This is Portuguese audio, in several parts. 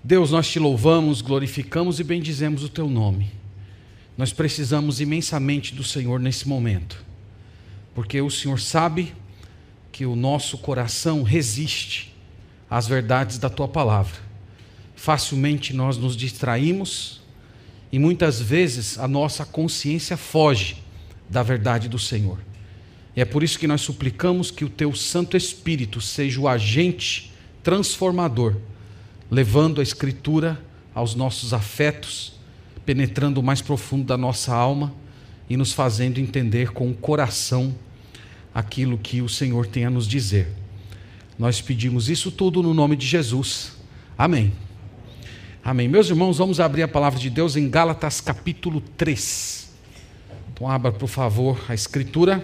Deus, nós te louvamos, glorificamos e bendizemos o teu nome. Nós precisamos imensamente do Senhor nesse momento, porque o Senhor sabe que o nosso coração resiste às verdades da tua palavra. Facilmente nós nos distraímos e muitas vezes a nossa consciência foge da verdade do Senhor. E é por isso que nós suplicamos que o teu Santo Espírito seja o agente transformador, levando a Escritura aos nossos afetos, penetrando o mais profundo da nossa alma e nos fazendo entender com o coração aquilo que o Senhor tem a nos dizer. Nós pedimos isso tudo no nome de Jesus. Amém. Amém. Meus irmãos, vamos abrir a palavra de Deus em Gálatas capítulo 3. Então abra, por favor, a Escritura.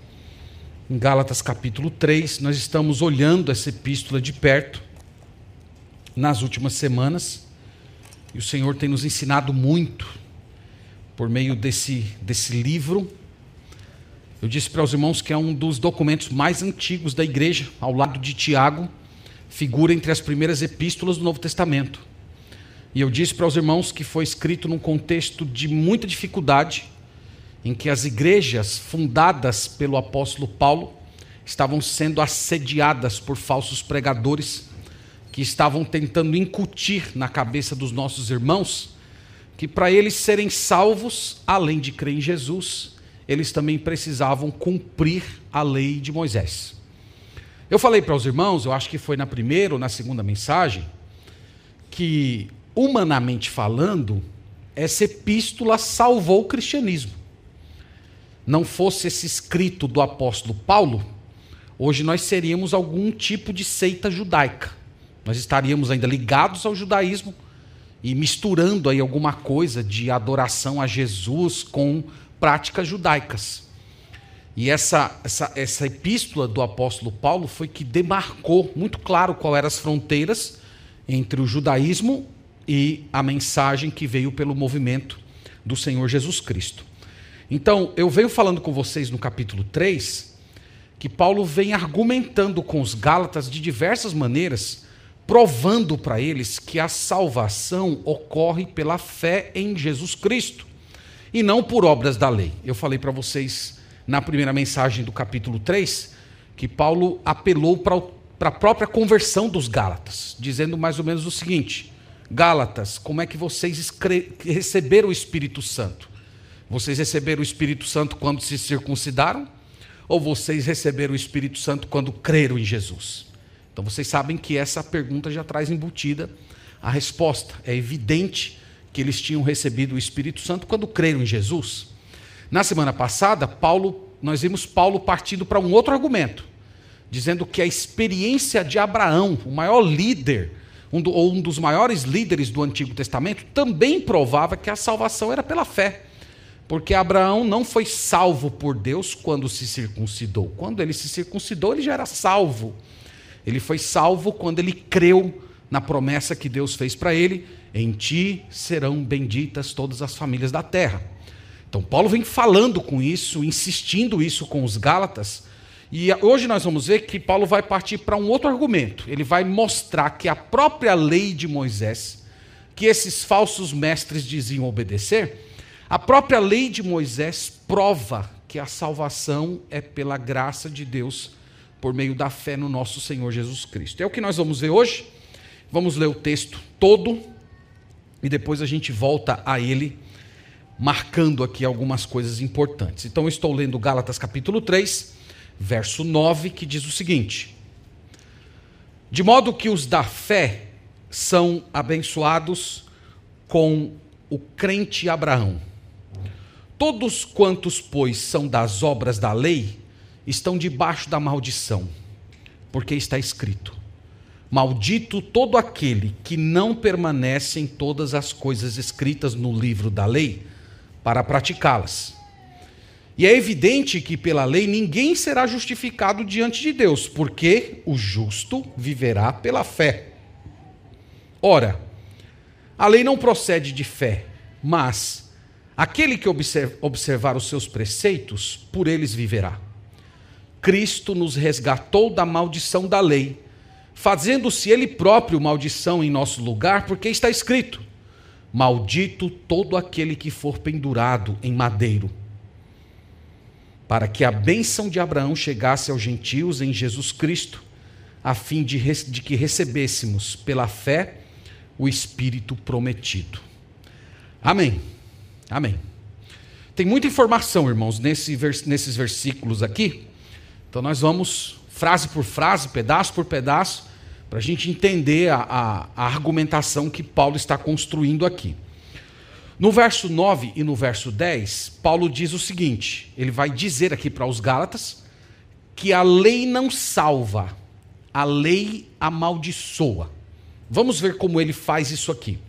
Em Gálatas capítulo 3, nós estamos olhando essa epístola de perto nas últimas semanas, e o Senhor tem nos ensinado muito por meio desse livro. Eu disse para os irmãos que é um dos documentos mais antigos da igreja, ao lado de Tiago, figura entre as primeiras epístolas do Novo Testamento. E eu disse para os irmãos que foi escrito num contexto de muita dificuldade, em que as igrejas fundadas pelo apóstolo Paulo estavam sendo assediadas por falsos pregadores que estavam tentando incutir na cabeça dos nossos irmãos que para eles serem salvos, além de crer em Jesus, eles também precisavam cumprir a lei de Moisés. Eu falei para os irmãos, eu acho que foi na primeira ou na segunda mensagem, que humanamente falando, essa epístola salvou o cristianismo. Não fosse esse escrito do apóstolo Paulo, hoje nós seríamos algum tipo de seita judaica. Nós estaríamos ainda ligados ao judaísmo e misturando aí alguma coisa de adoração a Jesus com práticas judaicas. E essa epístola do apóstolo Paulo foi que demarcou muito claro quais eram as fronteiras entre o judaísmo e a mensagem que veio pelo movimento do Senhor Jesus Cristo. Então, eu venho falando com vocês no capítulo 3, que Paulo vem argumentando com os Gálatas de diversas maneiras, provando para eles que a salvação ocorre pela fé em Jesus Cristo, e não por obras da lei. Eu falei para vocês, na primeira mensagem do capítulo 3, que Paulo apelou para a própria conversão dos Gálatas, dizendo mais ou menos o seguinte: Gálatas, como é que vocês receberam o Espírito Santo? Vocês receberam o Espírito Santo quando se circuncidaram? Ou vocês receberam o Espírito Santo quando creram em Jesus? Então vocês sabem que essa pergunta já traz embutida a resposta. É evidente que eles tinham recebido o Espírito Santo quando creram em Jesus. Na semana passada, nós vimos Paulo partindo para um outro argumento, dizendo que a experiência de Abraão, o maior líder, um dos maiores líderes do Antigo Testamento, também provava que a salvação era pela fé. Porque Abraão não foi salvo por Deus quando se circuncidou. Quando ele se circuncidou, ele já era salvo. Ele foi salvo quando ele creu na promessa que Deus fez para ele: em ti serão benditas todas as famílias da terra. Então Paulo vem falando com isso, insistindo isso com os Gálatas, e hoje nós vamos ver que Paulo vai partir para um outro argumento. Ele vai mostrar que a própria lei de Moisés, que esses falsos mestres diziam obedecer, a própria lei de Moisés prova que a salvação é pela graça de Deus, por meio da fé no nosso Senhor Jesus Cristo. É o que nós vamos ver hoje. Vamos ler o texto todo e depois a gente volta a ele, marcando aqui algumas coisas importantes. Então eu estou lendo Gálatas capítulo 3, verso 9, que diz o seguinte: de modo que os da fé são abençoados com o crente Abraão. Todos quantos, pois, são das obras da lei, estão debaixo da maldição, porque está escrito: maldito todo aquele que não permanece em todas as coisas escritas no livro da lei, para praticá-las. E é evidente que pela lei ninguém será justificado diante de Deus, porque o justo viverá pela fé. Ora, a lei não procede de fé, mas aquele que observar os seus preceitos, por eles viverá. Cristo nos resgatou da maldição da lei, fazendo-se ele próprio maldição em nosso lugar, porque está escrito: maldito todo aquele que for pendurado em madeiro, para que a bênção de Abraão chegasse aos gentios em Jesus Cristo, a fim de que recebêssemos pela fé o Espírito prometido. Amém. Amém. Tem muita informação, irmãos, nesses versículos aqui. Então nós vamos, frase por frase, pedaço por pedaço, para a gente entender a argumentação que Paulo está construindo aqui. No verso 9 e no verso 10, Paulo diz o seguinte, ele vai dizer aqui para os Gálatas, que a lei não salva, a lei amaldiçoa. Vamos ver como ele faz isso aqui.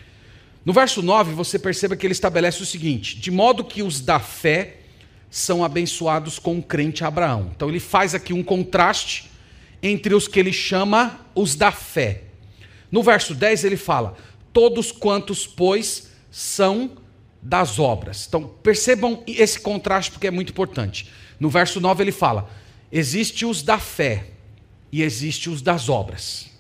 No verso 9, você perceba que ele estabelece o seguinte: de modo que os da fé são abençoados com o crente Abraão. Então ele faz aqui um contraste entre os que ele chama os da fé. No verso 10 ele fala: todos quantos, pois, são das obras. Então percebam esse contraste porque é muito importante. No verso 9 ele fala: existe os da fé e existe os das obras.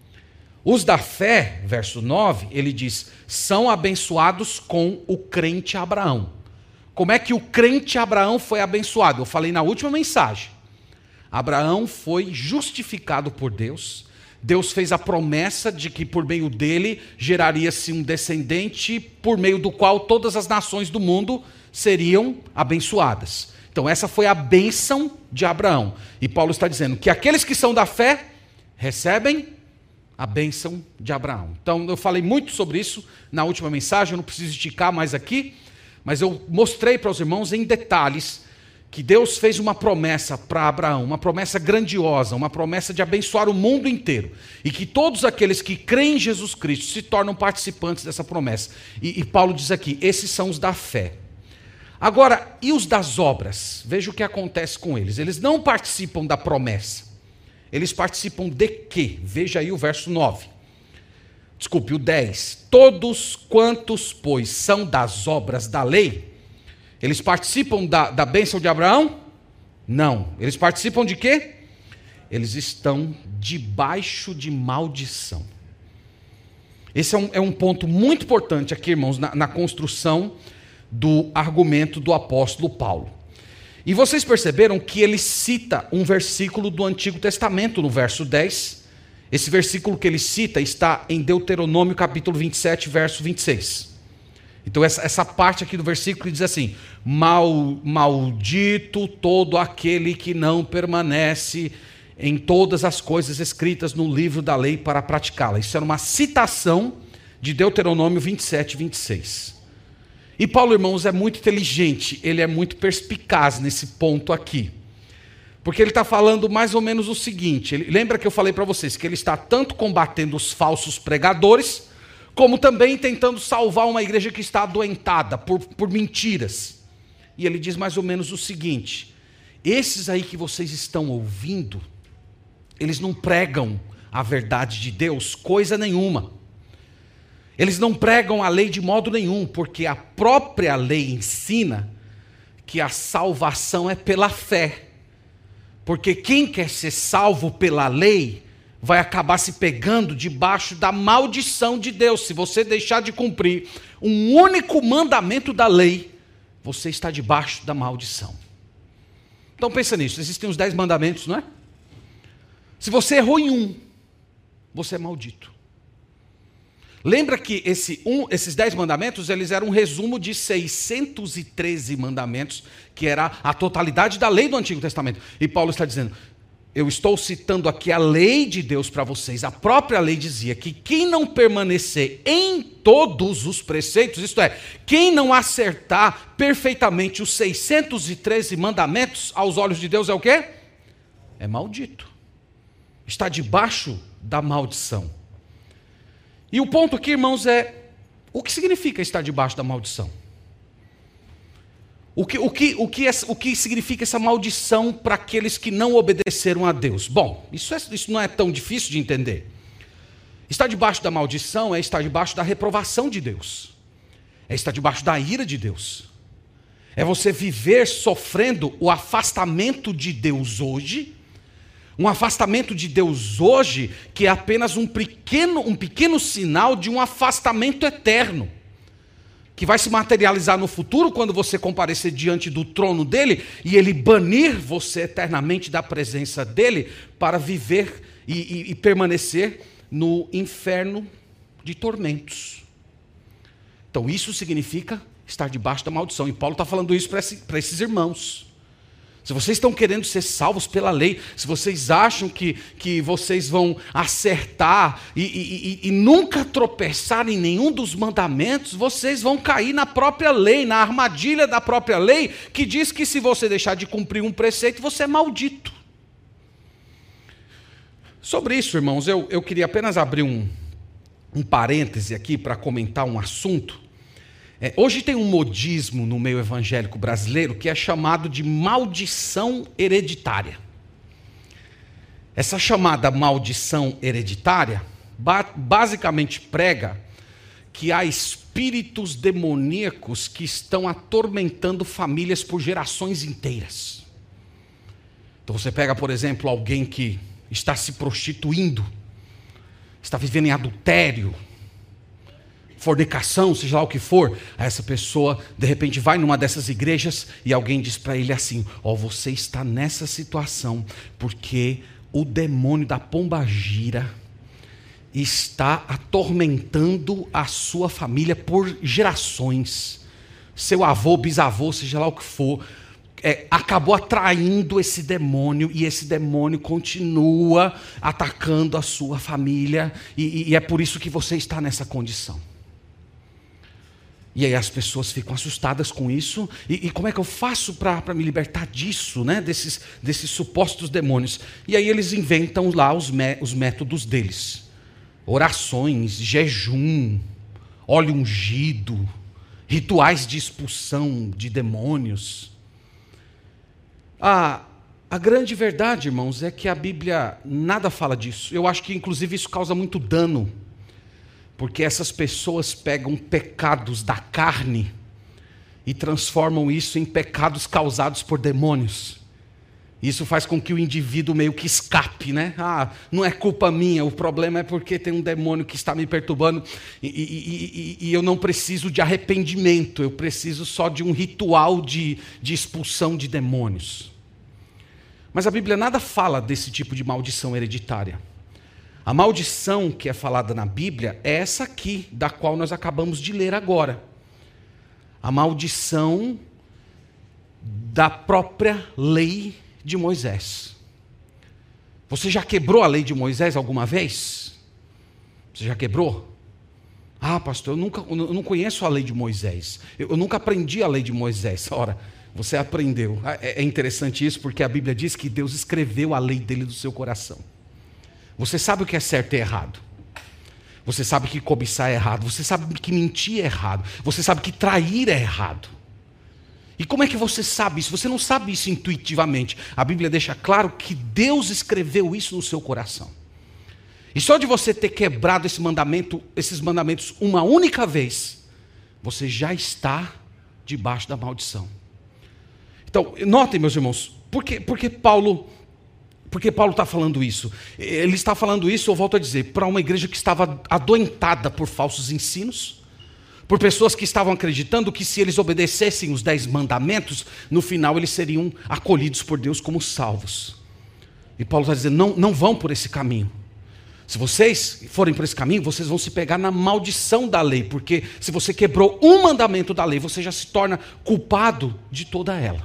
Os da fé, verso 9, ele diz, são abençoados com o crente Abraão. Como é que o crente Abraão foi abençoado? Eu falei na última mensagem. Abraão foi justificado por Deus. Deus fez a promessa de que por meio dele geraria-se um descendente por meio do qual todas as nações do mundo seriam abençoadas. Então essa foi a bênção de Abraão. E Paulo está dizendo que aqueles que são da fé recebem a bênção de Abraão. Então eu falei muito sobre isso na última mensagem, eu não preciso esticar mais aqui, mas eu mostrei para os irmãos em detalhes que Deus fez uma promessa para Abraão, uma promessa grandiosa, uma promessa de abençoar o mundo inteiro, e que todos aqueles que creem em Jesus Cristo se tornam participantes dessa promessa. E Paulo diz aqui, esses são os da fé. Agora, e os das obras? Veja o que acontece com eles. Eles não participam da promessa. Eles participam de quê? Veja aí o verso 9. Desculpe, o 10. Todos quantos, pois, são das obras da lei, eles participam da bênção de Abraão? Não. Eles participam de quê? Eles estão debaixo de maldição. Esse é um ponto muito importante aqui, irmãos, na construção do argumento do apóstolo Paulo. E vocês perceberam que ele cita um versículo do Antigo Testamento no verso 10. Esse versículo que ele cita está em Deuteronômio capítulo 27, verso 26. Então essa parte aqui do versículo diz assim: maldito todo aquele que não permanece em todas as coisas escritas no livro da lei para praticá-la. Isso era uma citação de Deuteronômio 27, 26. E Paulo, irmãos, é muito inteligente, ele é muito perspicaz nesse ponto aqui. Porque ele está falando mais ou menos o seguinte, lembra que eu falei para vocês que ele está tanto combatendo os falsos pregadores, como também tentando salvar uma igreja que está adoentada por mentiras. E ele diz mais ou menos o seguinte: esses aí que vocês estão ouvindo, eles não pregam a verdade de Deus, coisa nenhuma. Eles não pregam a lei de modo nenhum, porque a própria lei ensina que a salvação é pela fé. Porque quem quer ser salvo pela lei vai acabar se pegando debaixo da maldição de Deus. Se você deixar de cumprir um único mandamento da lei, você está debaixo da maldição. Então pensa nisso, existem os 10 mandamentos, não é? Se você errou em um, você é maldito. Lembra que esses 10 mandamentos, eles eram um resumo de 613 mandamentos, que era a totalidade da lei do Antigo Testamento. E Paulo está dizendo, eu estou citando aqui a lei de Deus para vocês. A própria lei dizia que quem não permanecer em todos os preceitos, isto é, quem não acertar perfeitamente os 613 mandamentos aos olhos de Deus é o quê? É maldito. Está debaixo da maldição. E o ponto aqui, irmãos, é o que significa estar debaixo da maldição? O que significa essa maldição para aqueles que não obedeceram a Deus? Bom, isso não é tão difícil de entender. Estar debaixo da maldição é estar debaixo da reprovação de Deus. É estar debaixo da ira de Deus. É você viver sofrendo o afastamento de Deus hoje, Um afastamento de Deus hoje que é apenas um pequeno sinal de um afastamento eterno, que vai se materializar no futuro quando você comparecer diante do trono dele e ele banir você eternamente da presença dele para viver e permanecer no inferno de tormentos. Então isso significa estar debaixo da maldição. E Paulo está falando isso para esses irmãos. Se vocês estão querendo ser salvos pela lei, se vocês acham que vocês vão acertar e nunca tropeçar em nenhum dos mandamentos, vocês vão cair na própria lei, na armadilha da própria lei, que diz que se você deixar de cumprir um preceito, você é maldito. Sobre isso, irmãos, eu queria apenas abrir um parêntese aqui para comentar um assunto. Hoje tem um modismo no meio evangélico brasileiro que é chamado de maldição hereditária. Essa chamada maldição hereditária basicamente prega que há espíritos demoníacos que estão atormentando famílias por gerações inteiras. Então você pega, por exemplo, alguém que está se prostituindo, está vivendo em adultério, fornicação, seja lá o que for, essa pessoa de repente vai numa dessas igrejas e alguém diz para ele assim: você está nessa situação porque o demônio da pombagira está atormentando a sua família por gerações. Seu avô, bisavô, seja lá o que for, acabou atraindo esse demônio e esse demônio continua atacando a sua família e é por isso que você está nessa condição. E aí as pessoas ficam assustadas com isso. E como é que eu faço para me libertar disso, né? desses supostos demônios? E aí eles inventam lá os métodos deles. Orações, jejum, óleo ungido, rituais de expulsão de demônios. A grande verdade, irmãos, é que a Bíblia nada fala disso. Eu acho que inclusive isso causa muito dano. Porque essas pessoas pegam pecados da carne e transformam isso em pecados causados por demônios. Isso faz com que o indivíduo meio que escape, né? Não é culpa minha, o problema é porque tem um demônio que está me perturbando e eu não preciso de arrependimento, eu preciso só de um ritual de expulsão de demônios. Mas a Bíblia nada fala desse tipo de maldição hereditária. A maldição que é falada na Bíblia é essa aqui, da qual nós acabamos de ler agora. A maldição da própria lei de Moisés. Você já quebrou a lei de Moisés alguma vez? Você já quebrou? Pastor, eu não conheço a lei de Moisés. Eu nunca aprendi a lei de Moisés. Ora, você aprendeu. É interessante isso porque a Bíblia diz que Deus escreveu a lei dele do seu coração. Você sabe o que é certo e errado. Você sabe que cobiçar é errado. Você sabe que mentir é errado. Você sabe que trair é errado. E como é que você sabe isso? Você não sabe isso intuitivamente. A Bíblia deixa claro que Deus escreveu isso no seu coração. E só de você ter quebrado esses mandamentos uma única vez, você já está debaixo da maldição. Então, notem, meus irmãos, por que Paulo está falando isso? Ele está falando isso, eu volto a dizer, para uma igreja que estava adoentada por falsos ensinos, por pessoas que estavam acreditando que se eles obedecessem os 10 mandamentos, no final eles seriam acolhidos por Deus como salvos. E Paulo está dizendo, não vão por esse caminho. Se vocês forem por esse caminho, vocês vão se pegar na maldição da lei, porque se você quebrou um mandamento da lei, você já se torna culpado de toda ela.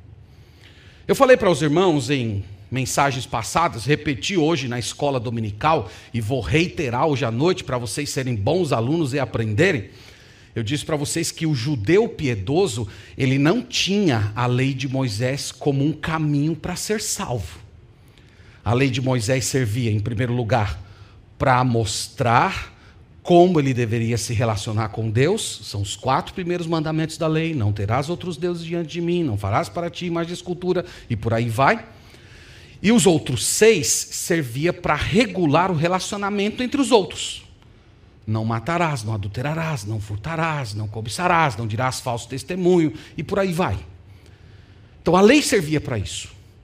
Eu falei para os irmãos em mensagens passadas, repeti hoje na escola dominical e vou reiterar hoje à noite para vocês serem bons alunos e aprenderem. Eu disse para vocês que o judeu piedoso, ele não tinha a lei de Moisés como um caminho para ser salvo. A lei de Moisés servia, em primeiro lugar, para mostrar como ele deveria se relacionar com Deus. São os 4 primeiros mandamentos da lei: não terás outros deuses diante de mim, não farás para ti imagem de escultura, e por aí vai. E os outros 6 servia para regular o relacionamento entre os outros. Não matarás, não adulterarás, não furtarás, não cobiçarás, não dirás falso testemunho, e por aí vai. Então a lei servia para isso.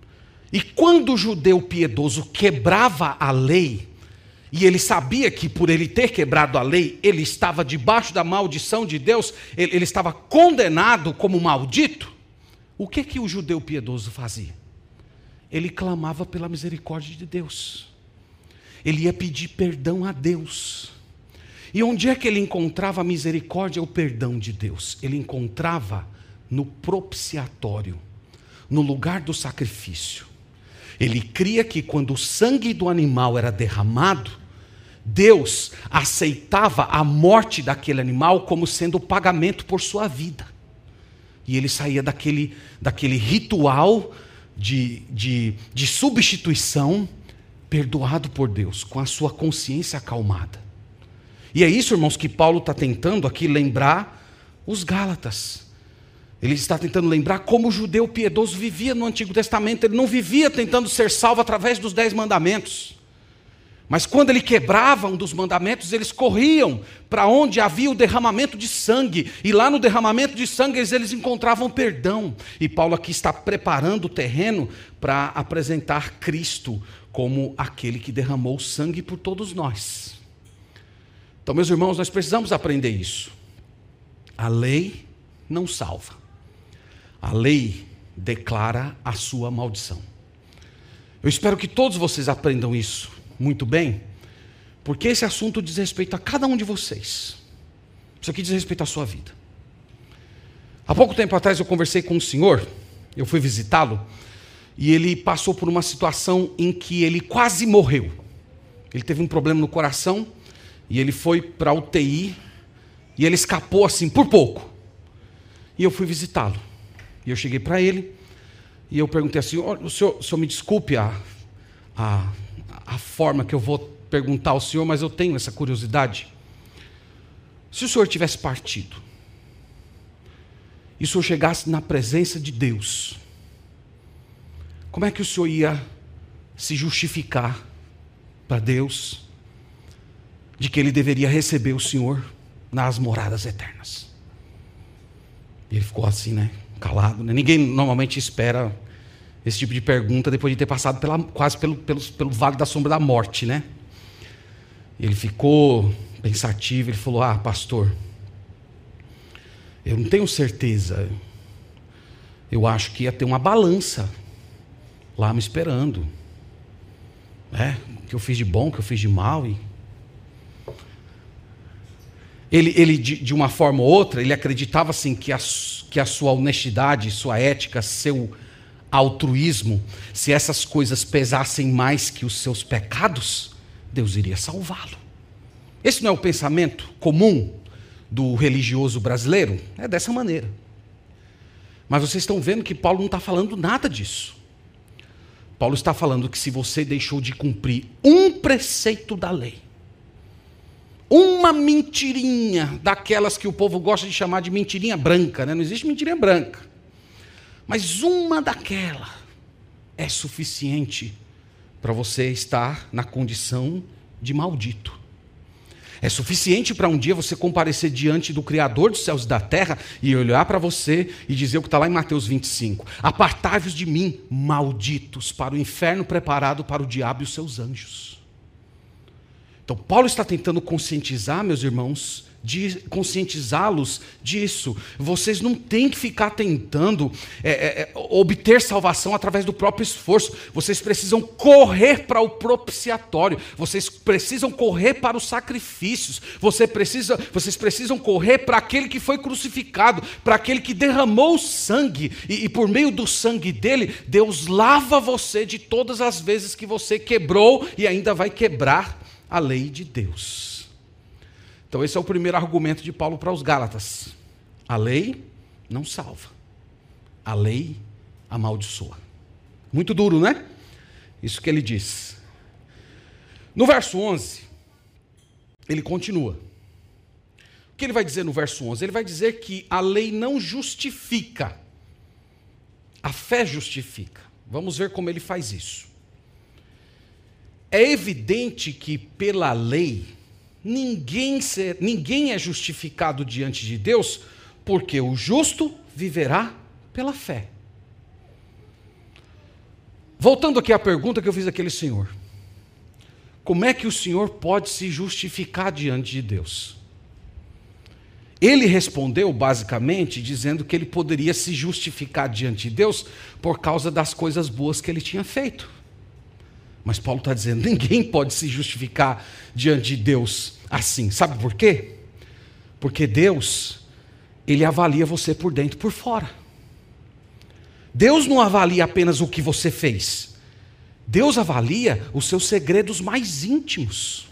E quando o judeu piedoso quebrava a lei, e ele sabia que por ele ter quebrado a lei, ele estava debaixo da maldição de Deus, ele estava condenado como maldito, o que o judeu piedoso fazia? Ele clamava pela misericórdia de Deus. Ele ia pedir perdão a Deus. E onde é que ele encontrava a misericórdia e o perdão de Deus? Ele encontrava no propiciatório, no lugar do sacrifício. Ele cria que quando o sangue do animal era derramado, Deus aceitava a morte daquele animal como sendo o pagamento por sua vida. E ele saía daquele ritual de substituição, perdoado por Deus, com a sua consciência acalmada. E é isso, irmãos, que Paulo está tentando aqui lembrar os Gálatas. Ele está tentando lembrar como o judeu piedoso vivia no Antigo Testamento. Ele não vivia tentando ser salvo através dos 10 mandamentos. Mas quando ele quebrava um dos mandamentos, eles corriam para onde havia o derramamento de sangue. E lá no derramamento de sangue eles encontravam perdão. E Paulo aqui está preparando o terreno para apresentar Cristo como aquele que derramou sangue por todos nós. Então, meus irmãos, nós precisamos aprender isso. A lei não salva. A lei declara a sua maldição. Eu espero que todos vocês aprendam isso muito bem, porque esse assunto diz respeito a cada um de vocês. Isso aqui diz respeito à sua vida. Há pouco tempo atrás eu conversei com um senhor, eu fui visitá-lo, e ele passou por uma situação em que ele quase morreu. Ele teve um problema no coração, e ele foi para a UTI, e ele escapou assim por pouco. E eu fui visitá-lo. E eu cheguei para ele, e eu perguntei assim, o senhor me desculpe a forma que eu vou perguntar ao senhor, mas eu tenho essa curiosidade. Se o senhor tivesse partido, e o senhor chegasse na presença de Deus, como é que o senhor ia se justificar para Deus de que ele deveria receber o senhor nas moradas eternas? E ele ficou assim, calado. Ninguém normalmente espera esse tipo de pergunta depois de ter passado quase pelo vale da sombra da morte, Ele ficou pensativo, ele falou, pastor, eu não tenho certeza, eu acho que ia ter uma balança lá me esperando, o que eu fiz de bom, o que eu fiz de mal. Ele de uma forma ou outra, ele acreditava assim que a sua honestidade, sua ética, seu altruísmo, se essas coisas pesassem mais que os seus pecados, Deus iria salvá-lo. Esse não é o pensamento comum do religioso brasileiro? É dessa maneira. Mas vocês estão vendo que Paulo não está falando nada disso. Paulo está falando que se você deixou de cumprir um preceito da lei, uma mentirinha daquelas que o povo gosta de chamar de mentirinha branca, Não existe mentirinha branca. Mas uma daquela é suficiente para você estar na condição de maldito. É suficiente para um dia você comparecer diante do Criador dos céus e da terra e olhar para você e dizer o que está lá em Mateus 25. Apartai-vos de mim, malditos, para o inferno preparado para o diabo e os seus anjos. Então Paulo está tentando conscientizar, meus irmãos, conscientizá-los disso. Vocês não têm que ficar tentando obter salvação através do próprio esforço. Vocês precisam correr para o propiciatório. Vocês precisam correr para os sacrifícios. Vocês precisam correr para aquele que foi crucificado, para aquele que derramou o sangue. E por meio do sangue dele, Deus lava você de todas as vezes que você quebrou e ainda vai quebrar a lei de Deus. Então esse é o primeiro argumento de Paulo para os Gálatas. A lei não salva. A lei amaldiçoa. Muito duro, Isso que ele diz. No verso 11, ele continua. O que ele vai dizer no verso 11? Ele vai dizer que a lei não justifica. A fé justifica. Vamos ver como ele faz isso. É evidente que pela lei ninguém é justificado diante de Deus, porque o justo viverá pela fé. Voltando aqui à pergunta que eu fiz àquele senhor. Como é que o senhor pode se justificar diante de Deus? Ele respondeu basicamente dizendo que ele poderia se justificar diante de Deus por causa das coisas boas que ele tinha feito. Mas Paulo está dizendo, ninguém pode se justificar diante de Deus assim. Sabe por quê? Porque Deus, Ele avalia você por dentro e por fora. Deus não avalia apenas o que você fez. Deus avalia os seus segredos mais íntimos.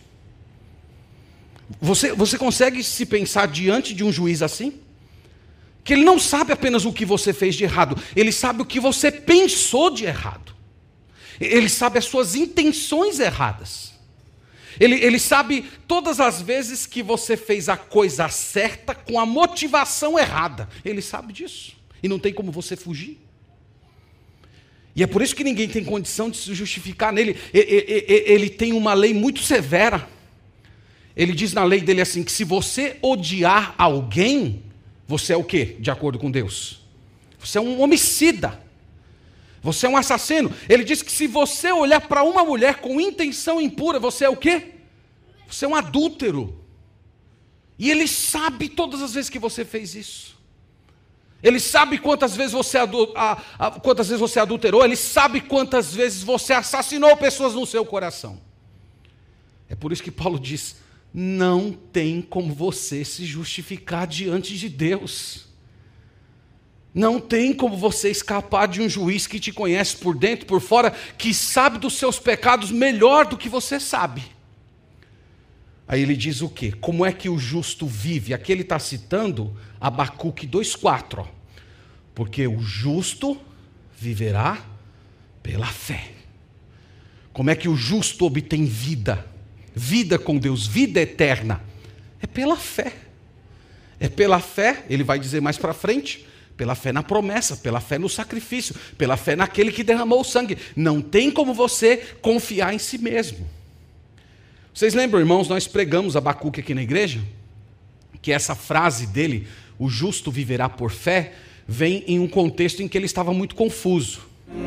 Você consegue se pensar diante de um juiz assim? Que ele não sabe apenas o que você fez de errado, ele sabe o que você pensou de errado. Ele sabe as suas intenções erradas. Ele sabe todas as vezes que você fez a coisa certa com a motivação errada. Ele sabe disso. E não tem como você fugir. E é por isso que ninguém tem condição de se justificar nele. Ele tem uma lei muito severa. Ele diz na lei dele assim, que se você odiar alguém, você é o quê? De acordo com Deus? Você é um homicida. Você é um assassino. Ele diz que se você olhar para uma mulher com intenção impura, você é o quê? Você é um adúltero. E ele sabe todas as vezes que você fez isso. Ele sabe quantas vezes você adulterou. Ele sabe quantas vezes você assassinou pessoas no seu coração. É por isso que Paulo diz, não tem como você se justificar diante de Deus. Não tem como você escapar de um juiz que te conhece por dentro, por fora, que sabe dos seus pecados melhor do que você sabe. Aí ele diz o quê? Como é que o justo vive? Aqui ele está citando Abacuque 2,4. Porque o justo viverá pela fé. Como é que o justo obtém vida? Vida com Deus, vida eterna. É pela fé. É pela fé, ele vai dizer mais para frente, pela fé na promessa, pela fé no sacrifício, pela fé naquele que derramou o sangue. Não tem como você confiar em si mesmo. Vocês lembram, irmãos, nós pregamos Abacuque aqui na igreja? Que essa frase dele, o justo viverá por fé, vem em um contexto em que ele estava muito confuso.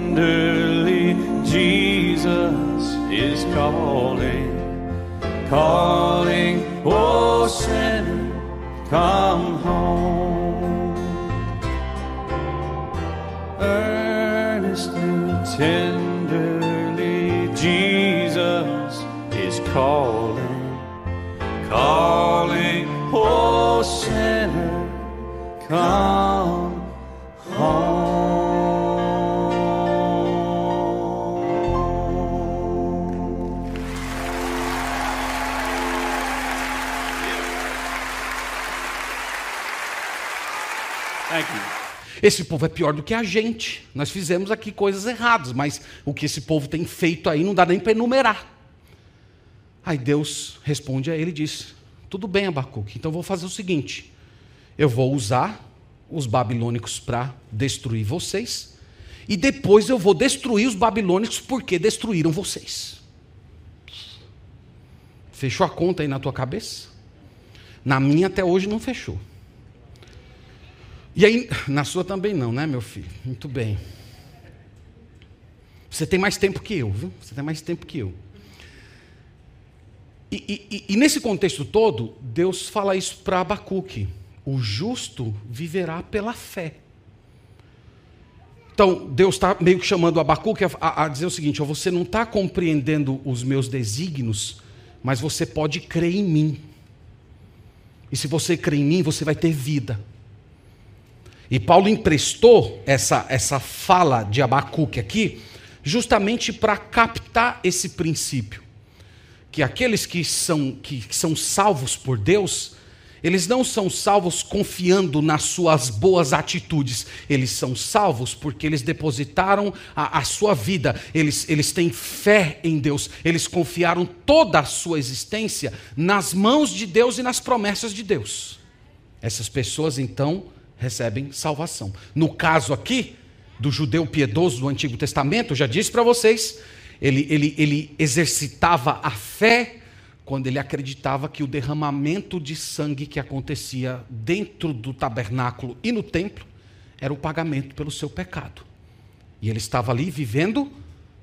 Jesus is calling, calling, oh sinner, come home. Earnestly, tenderly, Jesus is calling, calling, oh sinner, come home. Thank you. Esse povo é pior do que a gente. Nós fizemos aqui coisas erradas, mas o que esse povo tem feito aí não dá nem para enumerar. Aí Deus responde a ele e diz, tudo bem, Abacuque, então eu vou fazer o seguinte, eu vou usar os babilônicos para destruir vocês, e depois eu vou destruir os babilônicos porque destruíram vocês. Fechou a conta aí na tua cabeça? Na minha até hoje não fechou. E aí, na sua também não, né, meu filho? Muito bem. Você tem mais tempo que eu, viu? Você tem mais tempo que eu. E nesse contexto todo, Deus fala isso para Abacuque. O justo viverá pela fé. Então, Deus está meio que chamando Abacuque a dizer o seguinte, você não está compreendendo os meus desígnios, mas você pode crer em mim. E se você crer em mim, você vai ter vida. E Paulo emprestou essa fala de Abacuque aqui, justamente para captar esse princípio. Que aqueles que são salvos por Deus, eles não são salvos confiando nas suas boas atitudes. Eles são salvos porque eles depositaram a sua vida. Eles têm fé em Deus. Eles confiaram toda a sua existência nas mãos de Deus e nas promessas de Deus. Essas pessoas, então, recebem salvação. No caso aqui, do judeu piedoso do Antigo Testamento, eu já disse para vocês, ele exercitava a fé quando ele acreditava que o derramamento de sangue que acontecia dentro do tabernáculo e no templo era o pagamento pelo seu pecado. E ele estava ali vivendo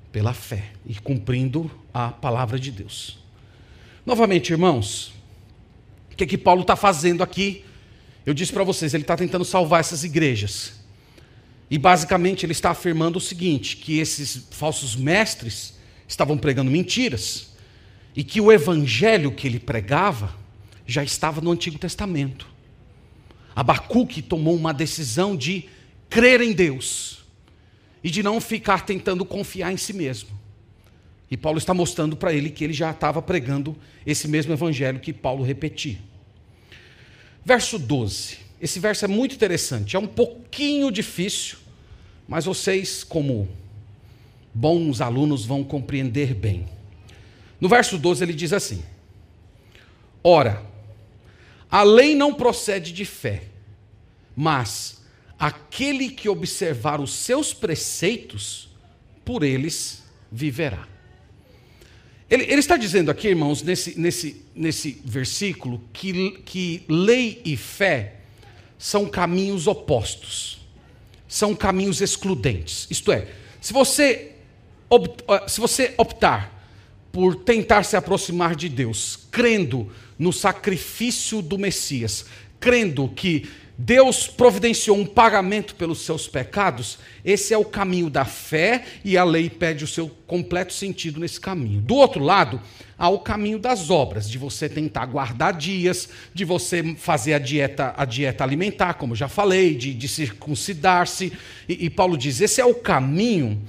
Pela fé e cumprindo a palavra de Deus. Novamente, irmãos, o que Paulo está fazendo aqui? Eu disse para vocês, ele está tentando salvar essas igrejas. E basicamente ele está afirmando o seguinte, que esses falsos mestres estavam pregando mentiras, e que o evangelho que ele pregava já estava no Antigo Testamento. Abacuque tomou uma decisão de crer em Deus, e de não ficar tentando confiar em si mesmo. E Paulo está mostrando para ele que ele já estava pregando esse mesmo evangelho que Paulo repetia. Verso 12. Esse verso é muito interessante. É um pouquinho difícil, mas vocês, como bons alunos, vão compreender bem. No verso 12 ele diz assim: ora, a lei não procede de fé, mas aquele que observar os seus preceitos, por eles viverá. Ele está dizendo aqui, irmãos, nesse versículo, que lei e fé são caminhos opostos, são caminhos excludentes. Isto é, se você optar por tentar se aproximar de Deus, crendo no sacrifício do Messias, crendo que Deus providenciou um pagamento pelos seus pecados, esse é o caminho da fé, e a lei pede o seu completo sentido nesse caminho. Do outro lado, há o caminho das obras, de você tentar guardar dias, de você fazer a dieta alimentar, como já falei, de circuncidar-se. E Paulo diz, esse é o caminho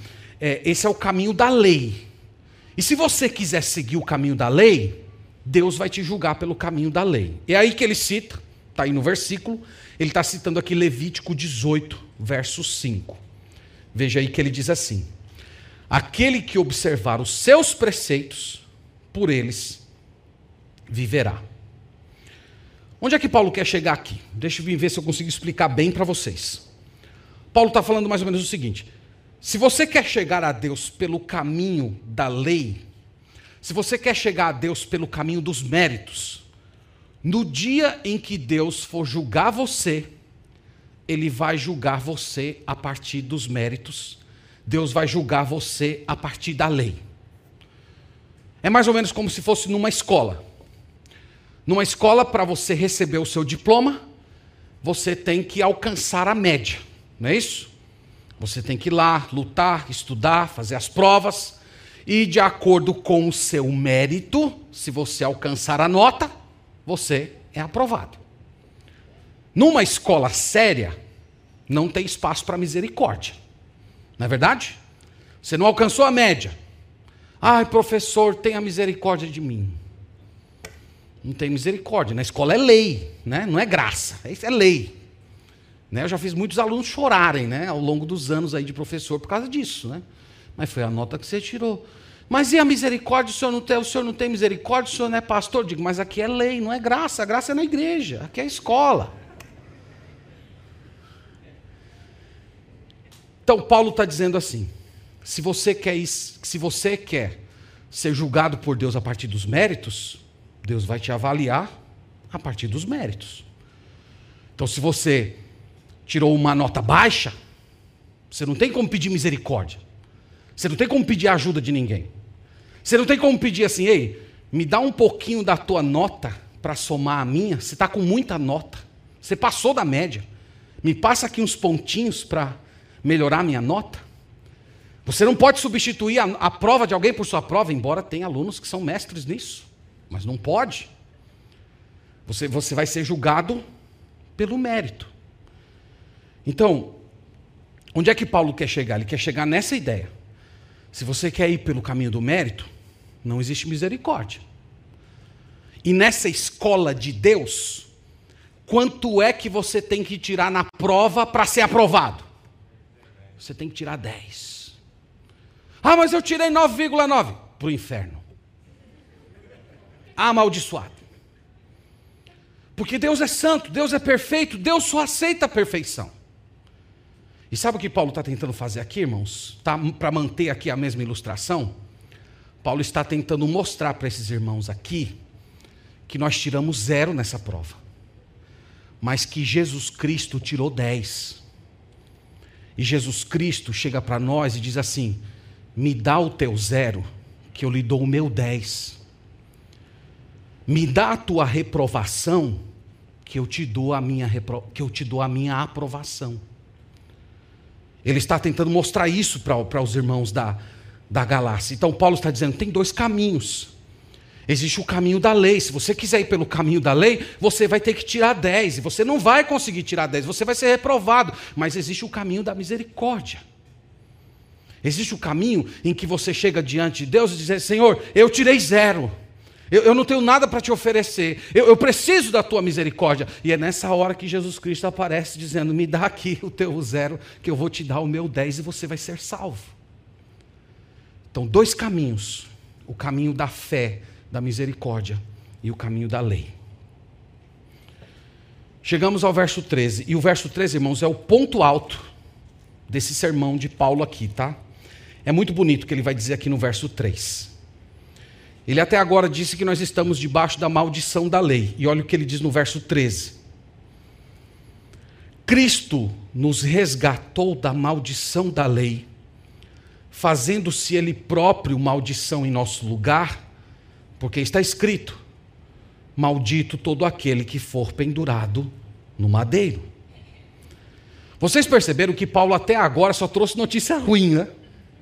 da lei. E se você quiser seguir o caminho da lei, Deus vai te julgar pelo caminho da lei. É aí que ele cita, está aí no versículo, ele está citando aqui Levítico 18, verso 5. Veja aí que ele diz assim: aquele que observar os seus preceitos, por eles viverá. Onde é que Paulo quer chegar aqui? Deixa eu ver se eu consigo explicar bem para vocês. Paulo está falando mais ou menos o seguinte: se você quer chegar a Deus pelo caminho da lei, se você quer chegar a Deus pelo caminho dos méritos, no dia em que Deus for julgar você, Ele vai julgar você a partir dos méritos. Deus vai julgar você a partir da lei. É mais ou menos como se fosse numa escola. Numa escola, para você receber o seu diploma, você tem que alcançar a média, não é isso? Você tem que ir lá, lutar, estudar, fazer as provas, e de acordo com o seu mérito, se você alcançar a nota, você é aprovado. Numa escola séria, não tem espaço para misericórdia. Não é verdade? Você não alcançou a média. Ai, professor, tenha misericórdia de mim. Não tem misericórdia. Na escola é lei, né? Não é graça, é lei. Né? Eu já fiz muitos alunos chorarem, né? Ao longo dos anos aí de professor por causa disso. Né? Mas foi a nota que você tirou. Mas e a misericórdia? O senhor não tem misericórdia? O senhor não é pastor? Eu digo, mas aqui é lei, não é graça. A graça é na igreja, aqui é a escola. Então Paulo está dizendo assim: se você quer ser julgado por Deus a partir dos méritos, Deus vai te avaliar a partir dos méritos. Então, se você tirou uma nota baixa, você não tem como pedir misericórdia. Você não tem como pedir ajuda de ninguém. Você não tem como pedir assim: ei, me dá um pouquinho da tua nota para somar a minha. Você está com muita nota. Você passou da média. Me passa aqui uns pontinhos para melhorar a minha nota. Você não pode substituir a prova de alguém por sua prova, embora tenha alunos que são mestres nisso. Mas não pode. Você vai ser julgado pelo mérito. Então, onde é que Paulo quer chegar? Ele quer chegar nessa ideia. Se você quer ir pelo caminho do mérito, não existe misericórdia. E nessa escola de Deus, quanto é que você tem que tirar na prova para ser aprovado? Você tem que tirar 10. Ah, mas eu tirei 9,9. Para o inferno. Amaldiçoado. Porque Deus é santo, Deus é perfeito, Deus só aceita a perfeição. E sabe o que Paulo está tentando fazer aqui, irmãos? Para manter aqui a mesma ilustração, Paulo está tentando mostrar para esses irmãos aqui que nós tiramos 0 nessa prova, mas que Jesus Cristo tirou 10. E Jesus Cristo chega para nós e diz assim: me dá o teu 0, que eu lhe dou o meu 10. Me dá a tua reprovação, que eu te dou a minha aprovação. Ele está tentando mostrar isso para os irmãos da Galácia. Então Paulo está dizendo, tem 2 caminhos. Existe o caminho da lei. Se você quiser ir pelo caminho da lei, você vai ter que tirar 10. E você não vai conseguir tirar 10, você vai ser reprovado. Mas existe o caminho da misericórdia. Existe o caminho em que você chega diante de Deus e diz, Senhor, eu tirei 0. Eu não tenho nada para te oferecer. Eu preciso da tua misericórdia. E é nessa hora que Jesus Cristo aparece dizendo, me dá aqui o teu 0, que eu vou te dar o meu 10 e você vai ser salvo. Então, 2 caminhos. O caminho da fé, da misericórdia e o caminho da lei. Chegamos ao verso 13. E o verso 13, irmãos, é o ponto alto desse sermão de Paulo aqui, tá? É muito bonito o que ele vai dizer aqui no verso 3. Ele até agora disse que nós estamos debaixo da maldição da lei. E olha o que ele diz no verso 13. Cristo nos resgatou da maldição da lei, fazendo-se Ele próprio maldição em nosso lugar, porque está escrito, maldito todo aquele que for pendurado no madeiro. Vocês perceberam que Paulo até agora só trouxe notícia ruim, né?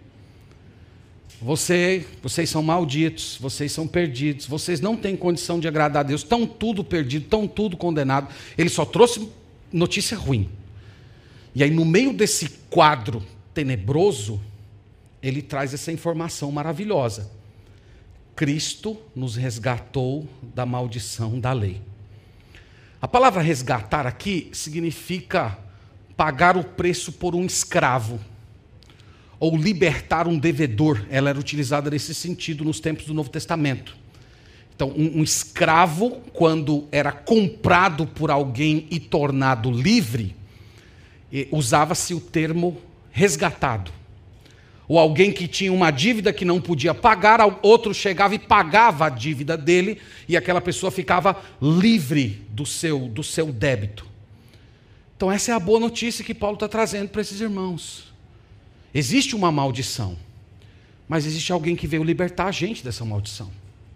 Vocês são malditos, vocês são perdidos, vocês não têm condição de agradar a Deus, estão tudo perdidos, estão tudo condenados. Ele só trouxe notícia ruim. E aí, no meio desse quadro tenebroso, ele traz essa informação maravilhosa. Cristo nos resgatou da maldição da lei. A palavra resgatar aqui significa pagar o preço por um escravo, ou libertar um devedor. Ela era utilizada nesse sentido nos tempos do Novo Testamento. Então, um escravo, quando era comprado por alguém e tornado livre, usava-se o termo resgatado. Ou alguém que tinha uma dívida que não podia pagar, outro chegava e pagava a dívida dele, e aquela pessoa ficava livre do seu débito. Então essa é a boa notícia que Paulo está trazendo para esses irmãos. Existe uma maldição, mas existe alguém que veio libertar a gente dessa maldição.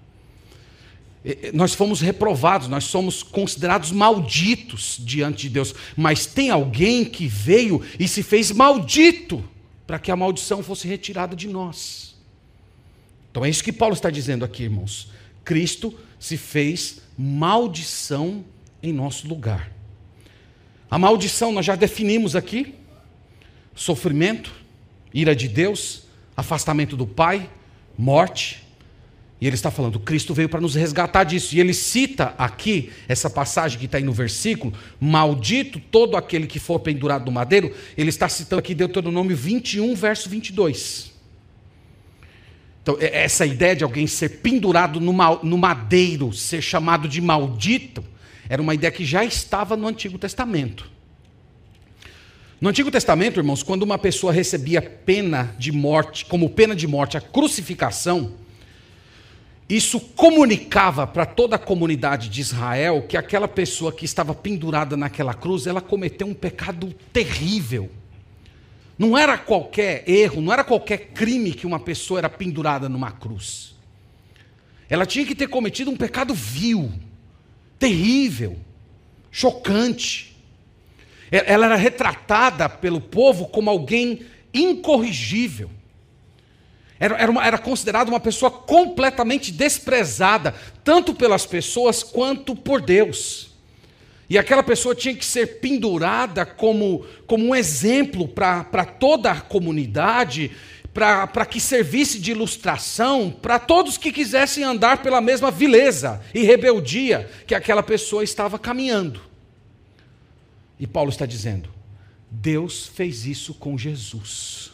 Nós fomos reprovados, nós somos considerados malditos diante de Deus, mas tem alguém que veio e se fez maldito para que a maldição fosse retirada de nós. Então é isso que Paulo está dizendo aqui, irmãos. Cristo se fez maldição em nosso lugar. A maldição nós já definimos aqui: sofrimento, ira de Deus, afastamento do Pai, morte. E ele está falando, Cristo veio para nos resgatar disso. E ele cita aqui, essa passagem que está aí no versículo, maldito todo aquele que for pendurado no madeiro. Ele está citando aqui Deuteronômio 21, verso 22. Então, essa ideia de alguém ser pendurado no madeiro, ser chamado de maldito, era uma ideia que já estava no Antigo Testamento. No Antigo Testamento, irmãos, quando uma pessoa recebia pena de morte, como pena de morte, a crucificação, isso comunicava para toda a comunidade de Israel que aquela pessoa que estava pendurada naquela cruz, ela cometeu um pecado terrível. Não era qualquer erro, não era qualquer crime que uma pessoa era pendurada numa cruz. Ela tinha que ter cometido um pecado vil, terrível, chocante. Ela era retratada pelo povo como alguém incorrigível. Era considerada uma pessoa completamente desprezada, tanto pelas pessoas quanto por Deus. E aquela pessoa tinha que ser pendurada como um exemplo para toda a comunidade, para que servisse de ilustração para todos que quisessem andar pela mesma vileza e rebeldia que aquela pessoa estava caminhando. E Paulo está dizendo, Deus fez isso com Jesus.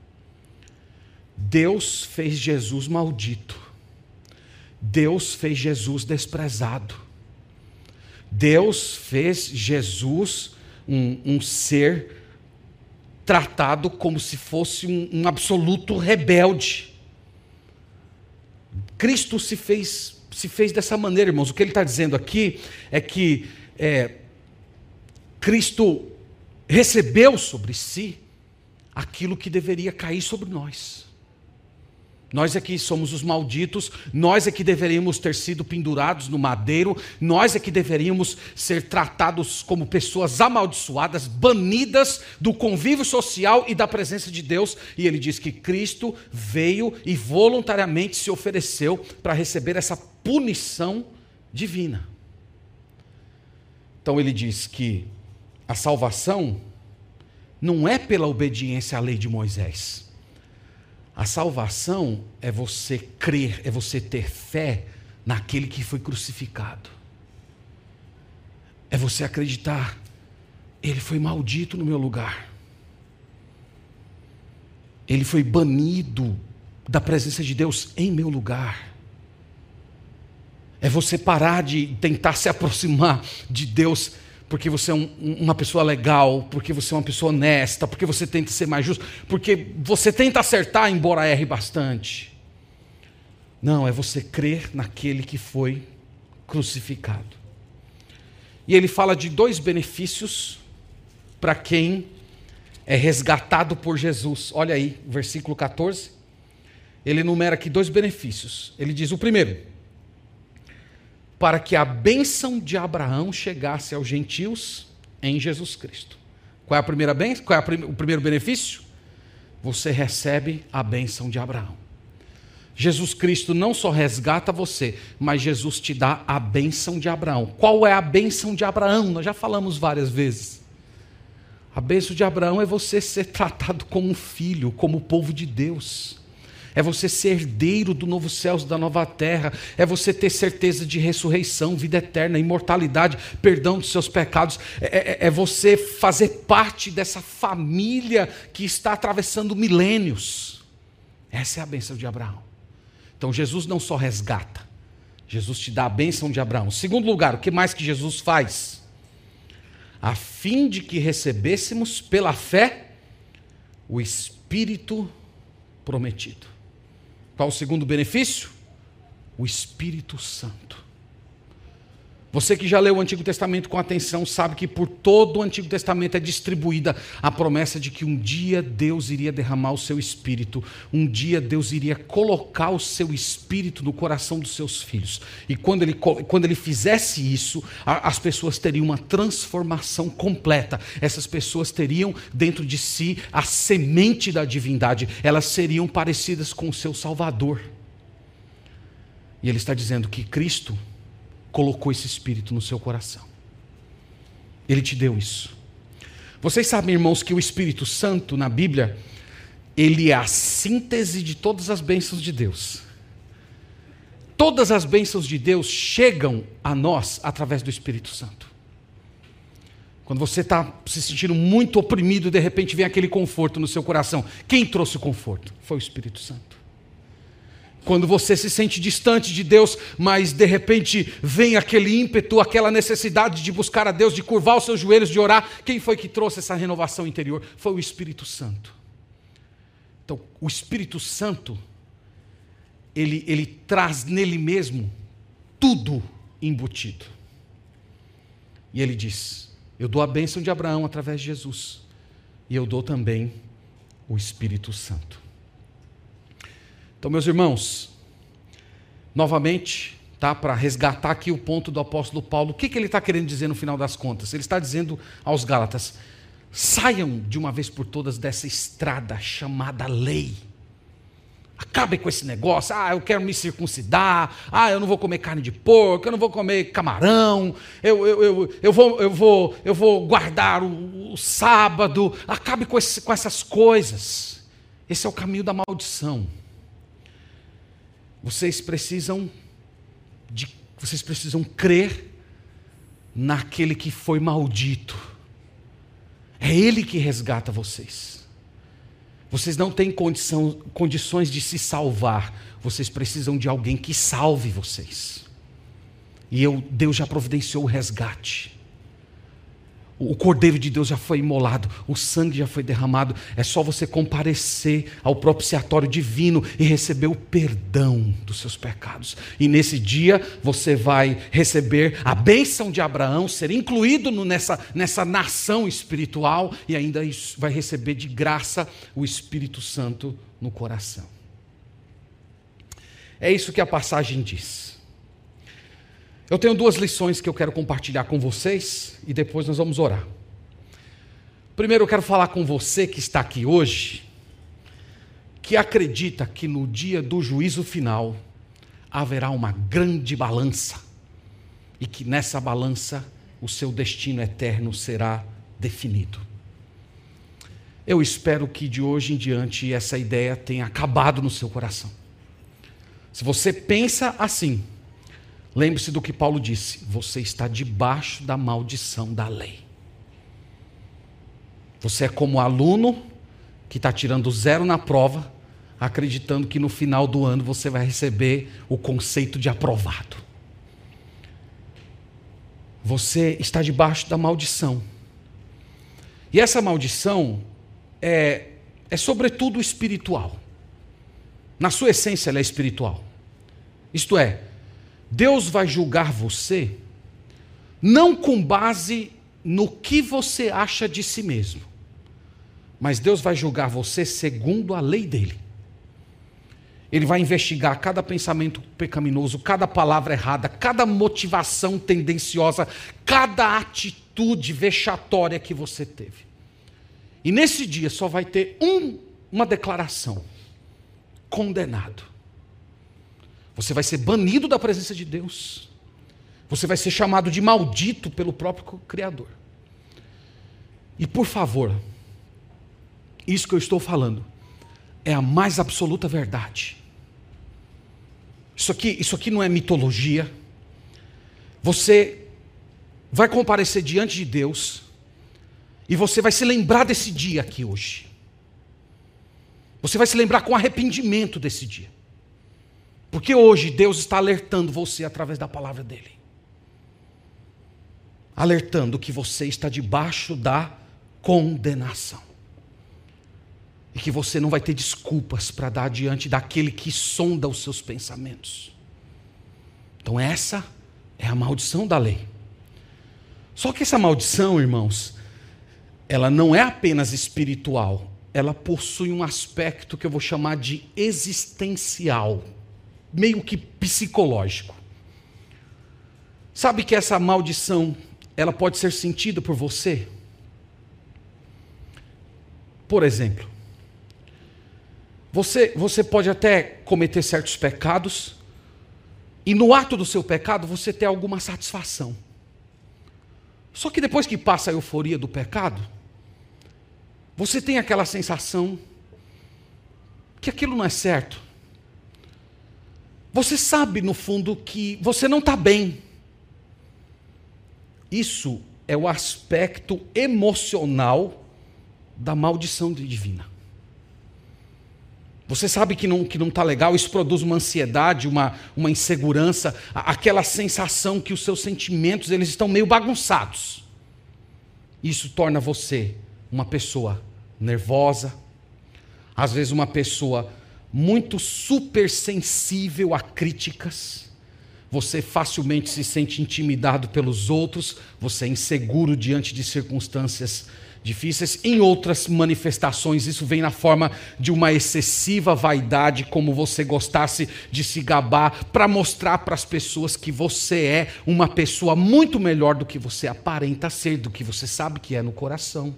Deus fez Jesus maldito. Deus fez Jesus desprezado. Deus fez Jesus um ser tratado como se fosse um absoluto rebelde. Cristo se fez dessa maneira, irmãos. O que ele está dizendo aqui é que Cristo recebeu sobre si aquilo que deveria cair sobre nós. Nós é que somos os malditos, nós é que deveríamos ter sido pendurados no madeiro, nós é que deveríamos ser tratados como pessoas amaldiçoadas, banidas do convívio social e da presença de Deus. E ele diz que Cristo veio e voluntariamente se ofereceu para receber essa punição divina. Então ele diz que a salvação não é pela obediência à lei de Moisés. A salvação é você crer, é você ter fé naquele que foi crucificado. É você acreditar, ele foi maldito no meu lugar. Ele foi banido da presença de Deus em meu lugar. É você parar de tentar se aproximar de Deus porque você é uma pessoa legal, porque você é uma pessoa honesta, porque você tenta ser mais justo, porque você tenta acertar, embora erre bastante. Não, é você crer naquele que foi crucificado. E ele fala de 2 benefícios para quem é resgatado por Jesus. Olha aí, versículo 14. Ele enumera aqui 2 benefícios. Ele diz o primeiro: para que a bênção de Abraão chegasse aos gentios em Jesus Cristo. Qual é a primeira bênção? Qual é o primeiro benefício? Você recebe a bênção de Abraão. Jesus Cristo não só resgata você, mas Jesus te dá a bênção de Abraão. Qual é a bênção de Abraão? Nós já falamos várias vezes. A bênção de Abraão é você ser tratado como um filho, como o povo de Deus. É você ser herdeiro do novo céu e da nova terra. É você ter certeza de ressurreição, vida eterna, imortalidade, perdão dos seus pecados. É você fazer parte dessa família que está atravessando milênios. Essa é a bênção de Abraão. Então Jesus não só resgata, Jesus te dá a bênção de Abraão. Segundo lugar, o que mais que Jesus faz? A fim de que recebêssemos pela fé o Espírito prometido. Qual o segundo benefício? O Espírito Santo. Você que já leu o Antigo Testamento com atenção sabe que por todo o Antigo Testamento é distribuída a promessa de que um dia Deus iria derramar o seu Espírito, um dia Deus iria colocar o seu Espírito no coração dos seus filhos. E quando ele fizesse isso, as pessoas teriam uma transformação completa. Essas pessoas teriam dentro de si a semente da divindade, elas seriam parecidas com o seu Salvador. E ele está dizendo que Cristo colocou esse Espírito no seu coração. Ele te deu isso. Vocês sabem, irmãos, que o Espírito Santo na Bíblia, ele é a síntese de todas as bênçãos de Deus. Todas as bênçãos de Deus chegam a nós através do Espírito Santo. Quando você está se sentindo muito oprimido, de repente vem aquele conforto no seu coração. Quem trouxe o conforto? Foi o Espírito Santo. Quando você se sente distante de Deus, mas de repente vem aquele ímpeto, aquela necessidade de buscar a Deus, de curvar os seus joelhos, de orar, quem foi que trouxe essa renovação interior? Foi o Espírito Santo. Então, o Espírito Santo, ele traz nele mesmo tudo embutido. E ele diz: eu dou a bênção de Abraão através de Jesus, e eu dou também o Espírito Santo. Então, meus irmãos, novamente, tá, para resgatar aqui o ponto do apóstolo Paulo, o que ele está querendo dizer no final das contas? Ele está dizendo aos Gálatas: saiam de uma vez por todas dessa estrada chamada lei. Acabem com esse negócio. Eu quero me circuncidar. Eu não vou comer carne de porco. Eu não vou comer camarão. Eu vou guardar o sábado. Acabe com essas coisas. Esse é o caminho da maldição. Vocês precisam crer naquele que foi maldito. É Ele que resgata vocês. Vocês não têm condições de se salvar. Vocês precisam de alguém que salve vocês. E Deus já providenciou o resgate. O Cordeiro de Deus já foi imolado, o sangue já foi derramado. É só você comparecer ao propiciatório divino e receber o perdão dos seus pecados. E nesse dia você vai receber a bênção de Abraão, ser incluído nessa nação espiritual, e ainda vai receber de graça o Espírito Santo no coração. É isso que a passagem diz. Eu tenho 2 lições que eu quero compartilhar com vocês e depois nós vamos orar. Primeiro eu quero falar com você que está aqui hoje, que acredita que no dia do juízo final haverá uma grande balança e que nessa balança o seu destino eterno será definido. Eu espero que de hoje em diante essa ideia tenha acabado no seu coração. Se você pensa assim, lembre-se do que Paulo disse: você está debaixo da maldição da lei. Você é como aluno que está tirando 0 na prova, acreditando que no final do ano você vai receber o conceito de aprovado. Você está debaixo da maldição. E essa maldição é sobretudo espiritual. Na sua essência ela é espiritual. Isto é, Deus vai julgar você não com base no que você acha de si mesmo, mas Deus vai julgar você segundo a lei dele. Ele vai investigar cada pensamento pecaminoso, cada palavra errada, cada motivação tendenciosa, cada atitude vexatória que você teve. E nesse dia só vai ter uma declaração: condenado. Você vai ser banido da presença de Deus. Você vai ser chamado de maldito pelo próprio Criador. E por favor, isso que eu estou falando é a mais absoluta verdade. Isso aqui não é mitologia. Você vai comparecer diante de Deus e você vai se lembrar desse dia aqui hoje. Você vai se lembrar com arrependimento desse dia. Porque hoje Deus está alertando você através da palavra dele. Alertando que você está debaixo da condenação. E que você não vai ter desculpas para dar diante daquele que sonda os seus pensamentos. Então essa é a maldição da lei. Só que essa maldição, irmãos, ela não é apenas espiritual. Ela possui um aspecto que eu vou chamar de existencial, meio que psicológico. Sabe que essa maldição, ela pode ser sentida por você? Por exemplo, você pode até cometer certos pecados e no ato do seu pecado você ter alguma satisfação. Só que depois que passa a euforia do pecado, você tem aquela sensação que aquilo não é certo. Você sabe no fundo que você não está bem. Isso é o aspecto emocional da maldição divina. Você sabe que não está legal, isso produz uma ansiedade, uma insegurança, aquela sensação que os seus sentimentos eles estão meio bagunçados. Isso torna você uma pessoa nervosa, às vezes uma pessoa muito supersensível a críticas. Você facilmente se sente intimidado pelos outros, você é inseguro diante de circunstâncias difíceis. Em outras manifestações, isso vem na forma de uma excessiva vaidade, como você gostasse de se gabar, para mostrar para as pessoas que você é uma pessoa muito melhor do que você aparenta ser, do que você sabe que é no coração.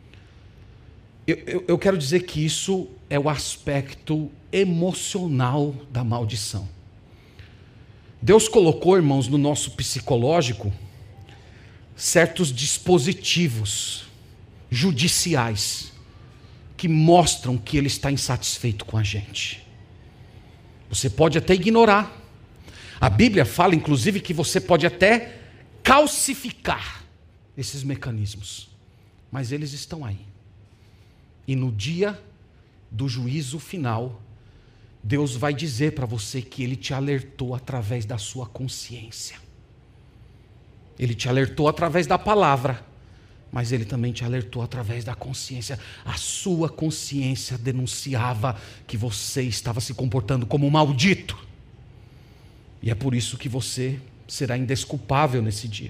Eu quero dizer que isso é o aspecto emocional da maldição. Deus colocou, irmãos, no nosso psicológico, certos dispositivos judiciais que mostram que Ele está insatisfeito com a gente. Você pode até ignorar. A Bíblia fala, inclusive, que você pode até calcificar esses mecanismos, mas eles estão aí. E no dia do juízo final, Deus vai dizer para você que Ele te alertou através da sua consciência. Ele te alertou através da palavra, mas Ele também te alertou através da consciência. A sua consciência denunciava que você estava se comportando como um maldito. E é por isso que você será indesculpável nesse dia.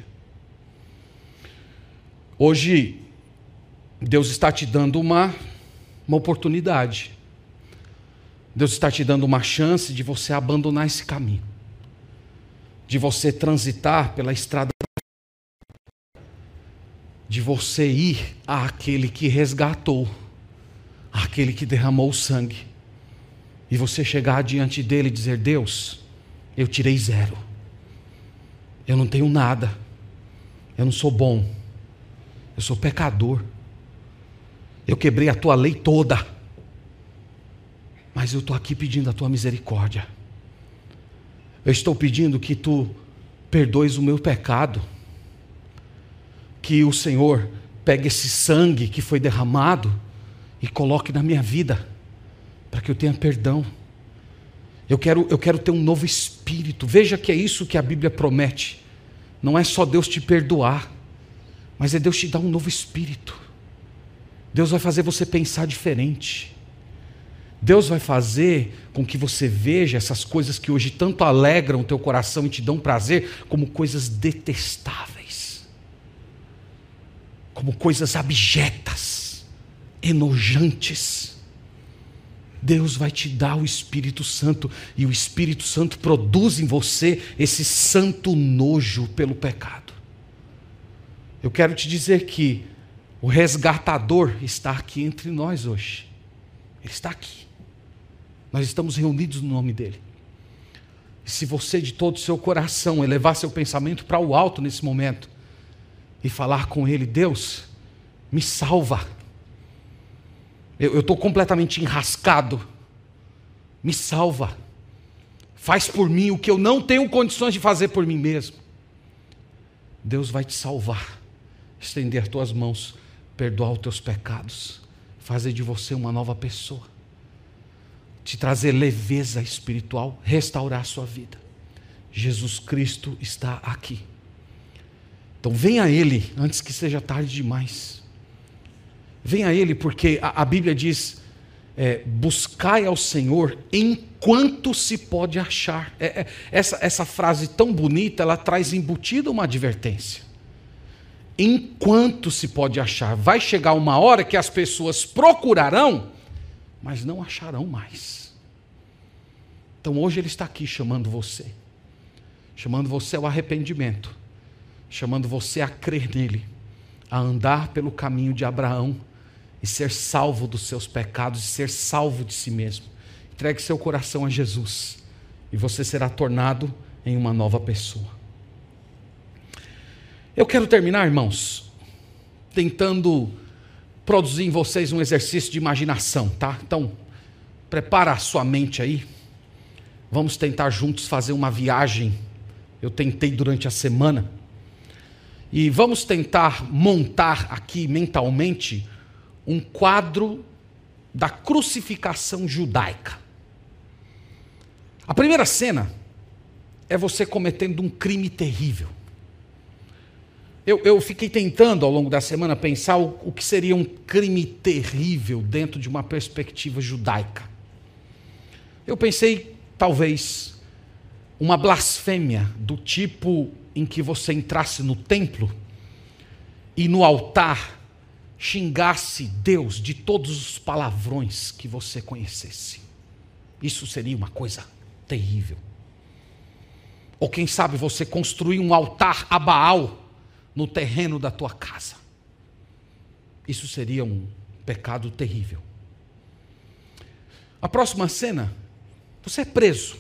Hoje, Deus está te dando uma oportunidade. Deus está te dando uma chance de você abandonar esse caminho, de você transitar pela estrada, de você ir àquele que resgatou, àquele que derramou o sangue, e você chegar diante dele e dizer: Deus, eu tirei 0, eu não tenho nada, eu não sou bom, eu sou pecador, eu quebrei a tua lei toda, mas eu estou aqui pedindo a tua misericórdia. Eu estou pedindo que tu perdoes o meu pecado, que o Senhor pegue esse sangue que foi derramado e coloque na minha vida, para que eu tenha perdão. Eu quero ter um novo espírito. Veja que é isso que a Bíblia promete. Não é só Deus te perdoar, mas é Deus te dar um novo espírito. Deus vai fazer você pensar diferente. Deus vai fazer com que você veja essas coisas que hoje tanto alegram o teu coração e te dão prazer, como coisas detestáveis, como coisas abjetas, enojantes. Deus vai te dar o Espírito Santo, e o Espírito Santo produz em você esse santo nojo pelo pecado. Eu quero te dizer que o resgatador está aqui entre nós hoje. Ele está aqui. Nós estamos reunidos no nome dele. E se você de todo o seu coração elevar seu pensamento para o alto nesse momento e falar com ele: Deus, me salva. Eu estou completamente enrascado. Me salva. Faz por mim o que eu não tenho condições de fazer por mim mesmo. Deus vai te salvar. Estender as tuas mãos, perdoar os teus pecados, fazer de você uma nova pessoa, te trazer leveza espiritual, restaurar a sua vida. Jesus Cristo está aqui. Então venha a Ele antes que seja tarde demais. Venha a Ele, porque a Bíblia diz: buscai ao Senhor enquanto se pode achar. Essa frase tão bonita, ela traz embutida uma advertência. Enquanto se pode achar. Vai chegar uma hora que as pessoas procurarão, mas não acharão mais. Então hoje Ele está aqui chamando você ao arrependimento, chamando você a crer nele, a andar pelo caminho de Abraão e ser salvo dos seus pecados, e ser salvo de si mesmo. Entregue seu coração a Jesus e você será tornado em uma nova pessoa. Eu quero terminar, irmãos, tentando produzir em vocês um exercício de imaginação, tá? Então, prepara a sua mente aí. Vamos tentar juntos fazer uma viagem. Eu tentei durante a semana. E vamos tentar montar aqui mentalmente um quadro da crucificação judaica. A primeira cena é você cometendo um crime terrível. Eu fiquei tentando ao longo da semana pensar o que seria um crime terrível dentro de uma perspectiva judaica. Eu pensei, talvez, uma blasfêmia do tipo em que você entrasse no templo e no altar xingasse Deus de todos os palavrões que você conhecesse. Isso seria uma coisa terrível. Ou quem sabe você construir um altar a Baal no terreno da tua casa. Isso seria um pecado terrível. A próxima cena, você é preso.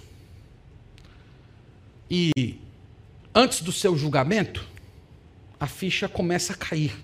E antes do seu julgamento, a ficha começa a cair.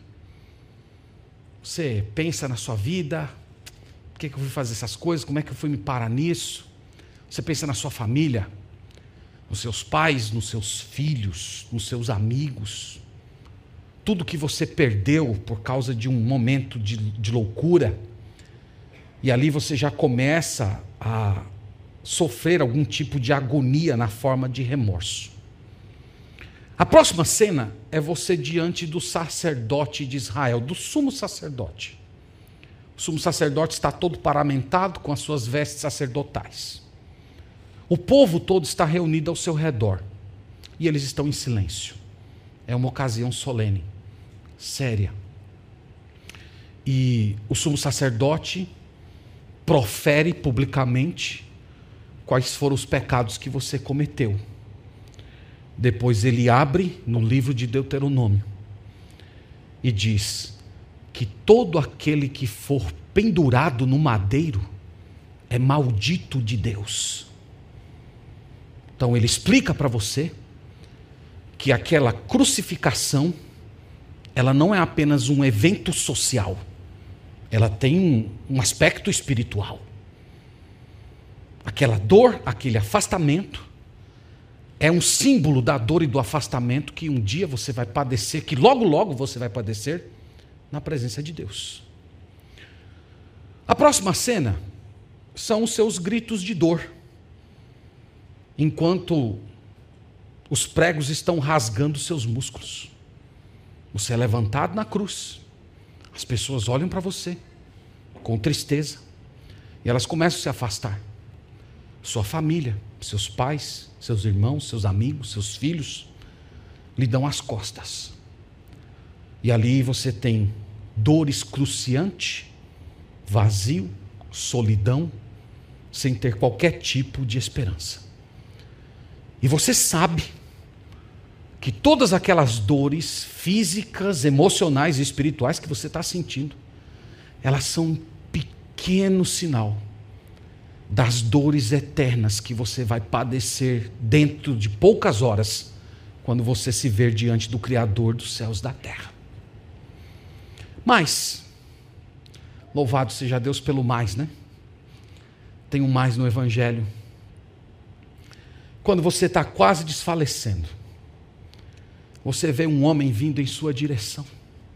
Você pensa na sua vida: por que eu fui fazer essas coisas? Como é que eu fui me parar nisso? Você pensa na sua família, nos seus pais, nos seus filhos, nos seus amigos. Tudo que você perdeu por causa de um momento de loucura. E ali você já começa a sofrer algum tipo de agonia na forma de remorso. A próxima cena é você diante do sacerdote de Israel, do sumo sacerdote. O sumo sacerdote está todo paramentado com as suas vestes sacerdotais. O povo todo está reunido ao seu redor e eles estão em silêncio. É uma ocasião solene, séria. E o sumo sacerdote profere publicamente quais foram os pecados que você cometeu. Depois ele abre no livro de Deuteronômio e diz que todo aquele que for pendurado no madeiro é maldito de Deus. Então ele explica para você que aquela crucificação, ela não é apenas um evento social, ela tem um aspecto espiritual. Aquela dor, aquele afastamento, é um símbolo da dor e do afastamento que um dia você vai padecer, que logo, logo você vai padecer na presença de Deus. A próxima cena são os seus gritos de dor, enquanto os pregos estão rasgando seus músculos. Você é levantado na cruz, as pessoas olham para você com tristeza e elas começam a se afastar. Sua família, seus pais, seus irmãos, seus amigos, seus filhos lhe dão as costas. E ali você tem dor excruciante, vazio, solidão, sem ter qualquer tipo de esperança. E você sabe que todas aquelas dores físicas, emocionais e espirituais que você está sentindo, elas são um pequeno sinal das dores eternas que você vai padecer dentro de poucas horas, quando você se ver diante do Criador dos céus e da terra. Mas, louvado seja Deus pelo mais, né? Tem um mais no Evangelho. Quando você está quase desfalecendo, você vê um homem vindo em sua direção.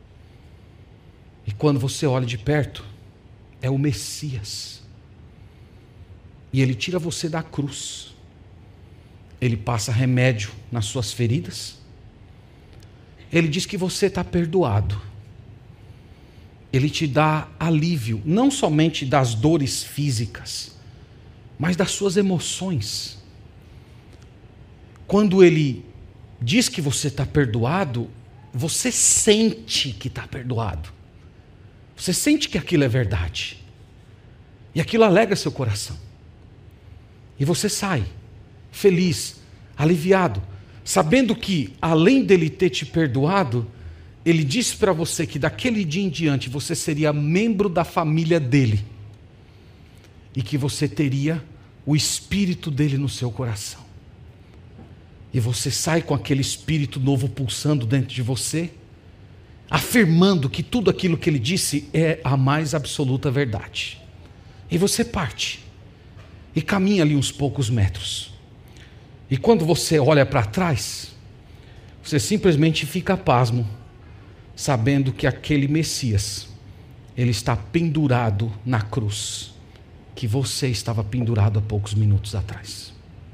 E quando você olha de perto, é o Messias. E ele tira você da cruz. Ele passa remédio nas suas feridas. Ele diz que você está perdoado. Ele te dá alívio, não somente das dores físicas, mas das suas emoções. Quando ele diz que você está perdoado, você sente que está perdoado. Você sente que aquilo é verdade. E aquilo alegra seu coração. E você sai feliz, aliviado, sabendo que, além dele ter te perdoado, ele disse para você que daquele dia em diante você seria membro da família dele. E que você teria o espírito dele no seu coração. E você sai com aquele espírito novo pulsando dentro de você, afirmando que tudo aquilo que ele disse é a mais absoluta verdade. E você parte e caminha ali uns poucos metros. E quando você olha para trás, você simplesmente fica pasmo, sabendo que aquele Messias, ele está pendurado na cruz, que você estava pendurado há poucos minutos atrás.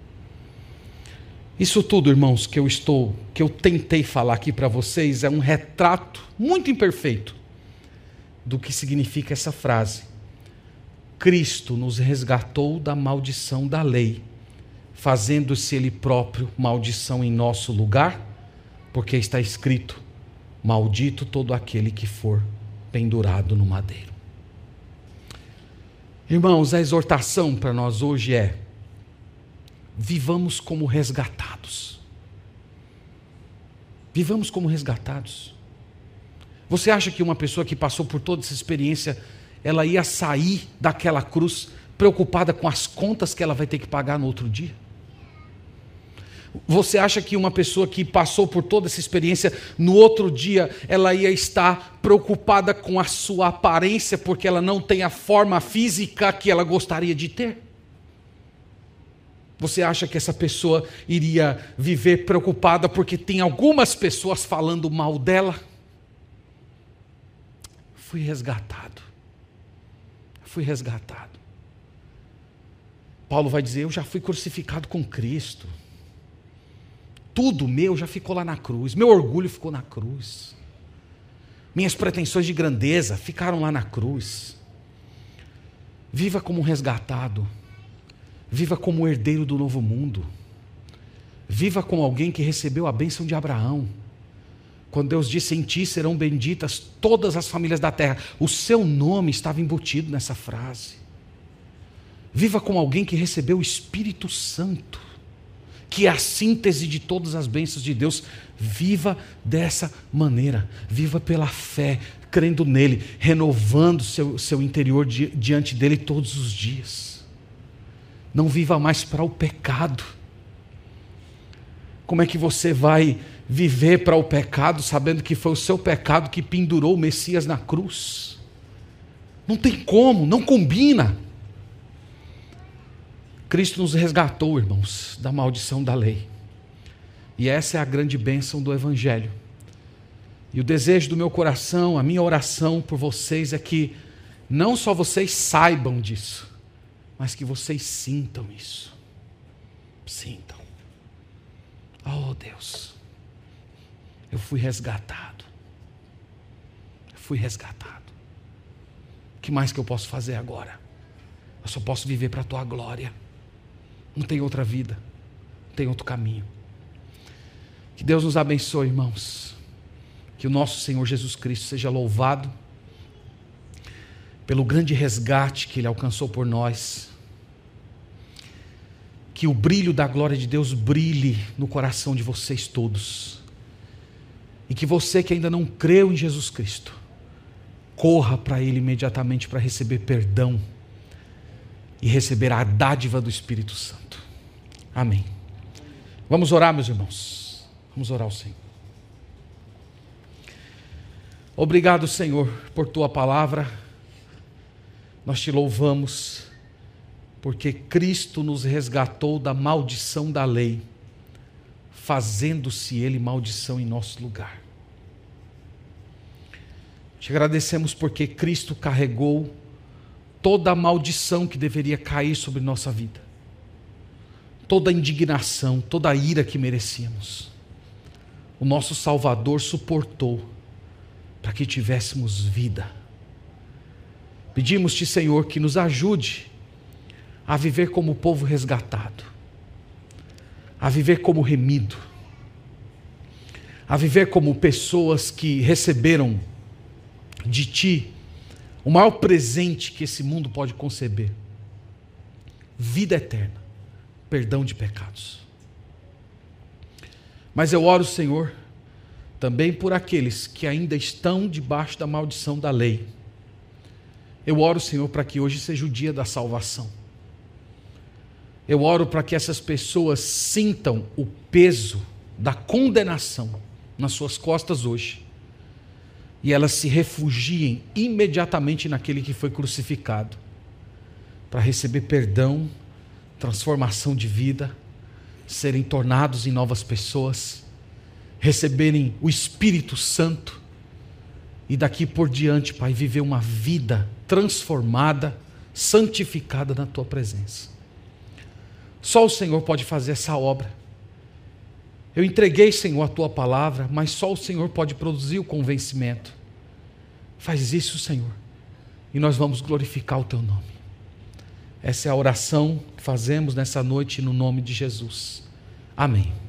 Isso tudo, irmãos, que eu tentei falar aqui para vocês, é um retrato muito imperfeito do que significa essa frase. Cristo nos resgatou da maldição da lei, fazendo-se Ele próprio maldição em nosso lugar, porque está escrito: maldito todo aquele que for pendurado no madeiro. Irmãos, a exortação para nós hoje é: vivamos como resgatados. Vivamos como resgatados. Você acha que uma pessoa que passou por toda essa experiência, ela ia sair daquela cruz preocupada com as contas que ela vai ter que pagar no outro dia? Você acha que uma pessoa que passou por toda essa experiência, no outro dia ela ia estar preocupada com a sua aparência, porque ela não tem a forma física que ela gostaria de ter? Você acha que essa pessoa iria viver preocupada porque tem algumas pessoas falando mal dela? Fui resgatado. Fui resgatado. Paulo vai dizer: eu já fui crucificado com Cristo. Tudo meu já ficou lá na cruz. Meu orgulho ficou na cruz. Minhas pretensões de grandeza ficaram lá na cruz. Viva como um resgatado. Viva como herdeiro do novo mundo. Viva como alguém que recebeu a bênção de Abraão. Quando Deus disse: em ti serão benditas todas as famílias da terra. O seu nome estava embutido nessa frase. Viva como alguém que recebeu o Espírito Santo, que é a síntese de todas as bênçãos de Deus. Viva dessa maneira. Viva pela fé, crendo nele, renovando seu interior diante dele todos os dias. Não viva mais para o pecado. Como é que você vai viver para o pecado, sabendo que foi o seu pecado que pendurou o Messias na cruz? Não tem como, não combina. Cristo nos resgatou, irmãos, da maldição da lei. E essa é a grande bênção do Evangelho. E o desejo do meu coração, a minha oração por vocês é que não só vocês saibam disso, mas que vocês sintam isso. Sintam. Oh Deus, eu fui resgatado. Eu fui resgatado. O que mais que eu posso fazer agora? Eu só posso viver para a tua glória. Não tem outra vida, não tem outro caminho. Que Deus nos abençoe, irmãos. Que o nosso Senhor Jesus Cristo seja louvado pelo grande resgate que Ele alcançou por nós. Que o brilho da glória de Deus brilhe no coração de vocês todos. E que você que ainda não creu em Jesus Cristo, corra para Ele imediatamente para receber perdão e receber a dádiva do Espírito Santo. Amém. Vamos orar, meus irmãos. Vamos orar ao Senhor. Obrigado, Senhor, por Tua palavra. Nós Te louvamos, porque Cristo nos resgatou da maldição da lei, fazendo-se Ele maldição em nosso lugar. Te agradecemos porque Cristo carregou toda a maldição que deveria cair sobre nossa vida, toda a indignação, toda a ira que merecíamos. O nosso Salvador suportou para que tivéssemos vida. Pedimos-te, Senhor, que nos ajude a viver como povo resgatado, a viver como remido, a viver como pessoas que receberam de Ti o maior presente que esse mundo pode conceber: vida eterna, perdão de pecados. Mas eu oro, Senhor, também por aqueles que ainda estão debaixo da maldição da lei. Eu oro, Senhor, para que hoje seja o dia da salvação. Eu oro para que essas pessoas sintam o peso da condenação nas suas costas hoje, e elas se refugiem imediatamente naquele que foi crucificado, para receber perdão, transformação de vida, serem tornados em novas pessoas, receberem o Espírito Santo, e daqui por diante, Pai, viver uma vida transformada, santificada na Tua presença. Só o Senhor pode fazer essa obra. Eu entreguei, Senhor, a Tua palavra, mas só o Senhor pode produzir o convencimento. Faz isso, Senhor, e nós vamos glorificar o Teu nome. Essa é a oração que fazemos nessa noite no nome de Jesus. Amém.